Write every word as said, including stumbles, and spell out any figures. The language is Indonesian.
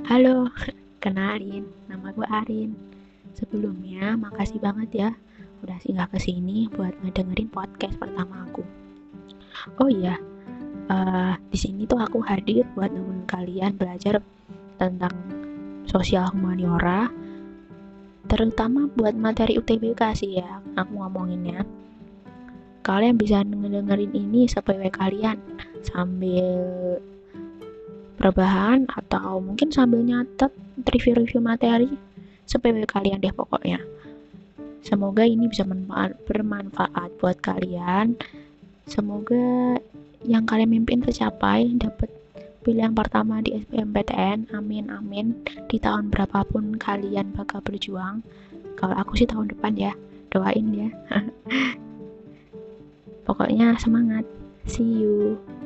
Halo, kenalin, nama gue Arin. Sebelumnya, makasih banget ya udah singgah ke sini buat ngedengerin podcast pertama aku. Oh iya, eh di sini tuh aku hadir buat nemenin kalian belajar tentang sosial humaniora, terutama buat materi U T B K sih ya, aku ngomonginnya. Kalian bisa ngedengerin ini sepewe kalian sambil rebahan atau mungkin sambil nyatet review-review materi sepewe kalian deh pokoknya. Semoga ini bisa bermanfaat buat kalian. Semoga yang kalian mimpin tercapai, dapat pilihan pertama di S B M P T N. Amin amin. Di tahun berapapun kalian bakal berjuang. Kalau aku sih tahun depan ya. Doain ya. Pokoknya semangat. See you.